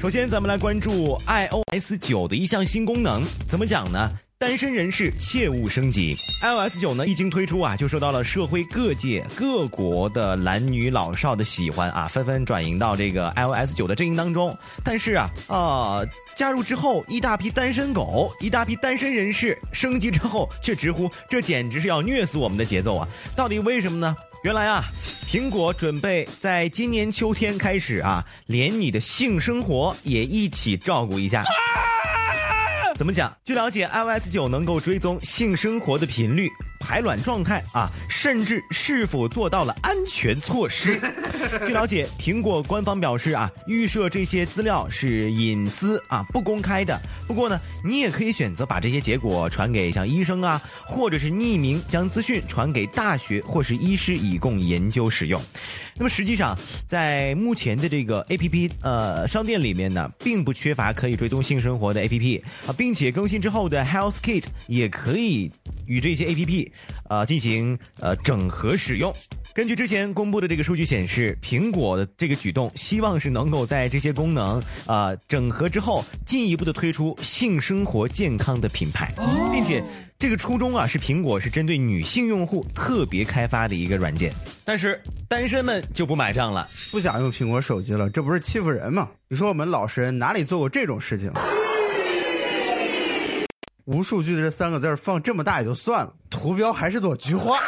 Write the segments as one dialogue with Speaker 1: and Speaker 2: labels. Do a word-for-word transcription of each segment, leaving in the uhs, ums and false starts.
Speaker 1: 首先咱们来关注 i O S 九的一项新功能，怎么讲呢？单身人士切勿升级。 i O S 九呢一经推出啊，就受到了社会各界各国的男女老少的喜欢啊，纷纷转移到这个 i O S 九的阵营当中。但是啊啊、呃，加入之后一大批单身狗，一大批单身人士升级之后却直呼这简直是要虐死我们的节奏啊！到底为什么呢？原来啊，苹果准备在今年秋天开始啊，连你的性生活也一起照顾一下。怎么讲？据了解 i O S 九能够追踪性生活的频率、排卵状态啊，甚至是否做到了安全措施。据了解，苹果官方表示啊，预设这些资料是隐私啊，不公开的。不过呢，你也可以选择把这些结果传给像医生啊，或者是匿名将资讯传给大学或是医师以供研究使用。那么实际上，在目前的这个 A P P 呃商店里面呢，并不缺乏可以追踪性生活的 A P P 啊，并且更新之后的 Health Kit 也可以与这些 A P P 呃进行呃整合使用。根据之前公布的这个数据显示，苹果的这个举动希望是能够在这些功能呃整合之后，进一步的推出性生活健康的品牌，并且这个初衷啊是苹果是针对女性用户特别开发的一个软件。但是单身们就不买账了，
Speaker 2: 不想用苹果手机了，这不是欺负人吗？你说我们老实人哪里做过这种事情？无数据的这三个字放这么大也就算了，图标还是朵菊花。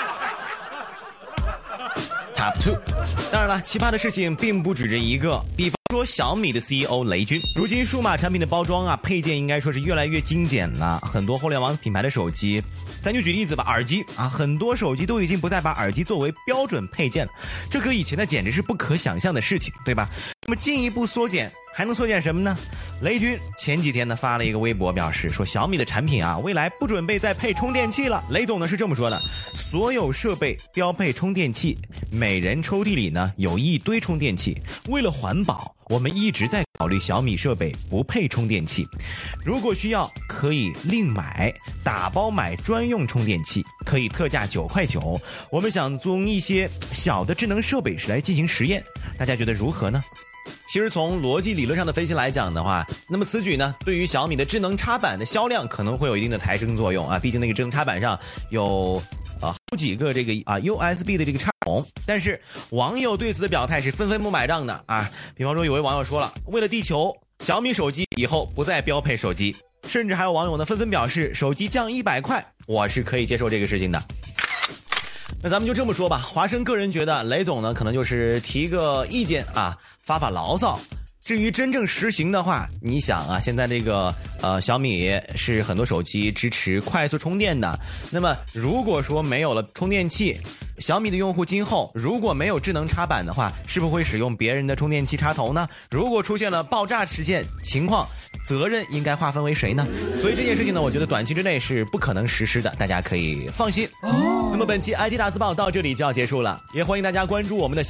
Speaker 1: Top two， 当然了，奇葩的事情并不止这一个，比方说小米的 C E O 雷军，如今数码产品的包装啊、配件应该说是越来越精简了，很多互联网品牌的手机，咱就举例子吧，耳机啊，很多手机都已经不再把耳机作为标准配件了，这和以前的简直是不可想象的事情，对吧？那么进一步缩减，还能缩减什么呢？雷军前几天呢发了一个微博，表示说小米的产品啊，未来不准备再配充电器了。雷总呢是这么说的：所有设备标配充电器，每人抽屉里呢有一堆充电器。为了环保，我们一直在考虑小米设备不配充电器，如果需要可以另买，打包买专用充电器，可以特价九块九。我们想用一些小的智能设备来进行实验，大家觉得如何呢？其实从逻辑理论上的分析来讲的话，那么此举呢，对于小米的智能插板的销量可能会有一定的抬升作用啊。毕竟那个智能插板上有呃好几个这个啊 U S B 的这个插孔，但是网友对此的表态是纷纷不买账的啊。比方说有位网友说了，为了地球，小米手机以后不再标配手机，甚至还有网友呢纷纷表示，手机降一百块，我是可以接受这个事情的。那咱们就这么说吧，华生个人觉得雷总呢可能就是提个意见啊，发发牢骚。至于真正实行的话，你想啊，现在这个呃小米是很多手机支持快速充电的，那么如果说没有了充电器，小米的用户今后如果没有智能插板的话，是不是会使用别人的充电器插头呢？如果出现了爆炸事件情况，责任应该划分为谁呢？所以这件事情呢，我觉得短期之内是不可能实施的，大家可以放心。那么本期 I T 大字报到这里就要结束了，也欢迎大家关注我们的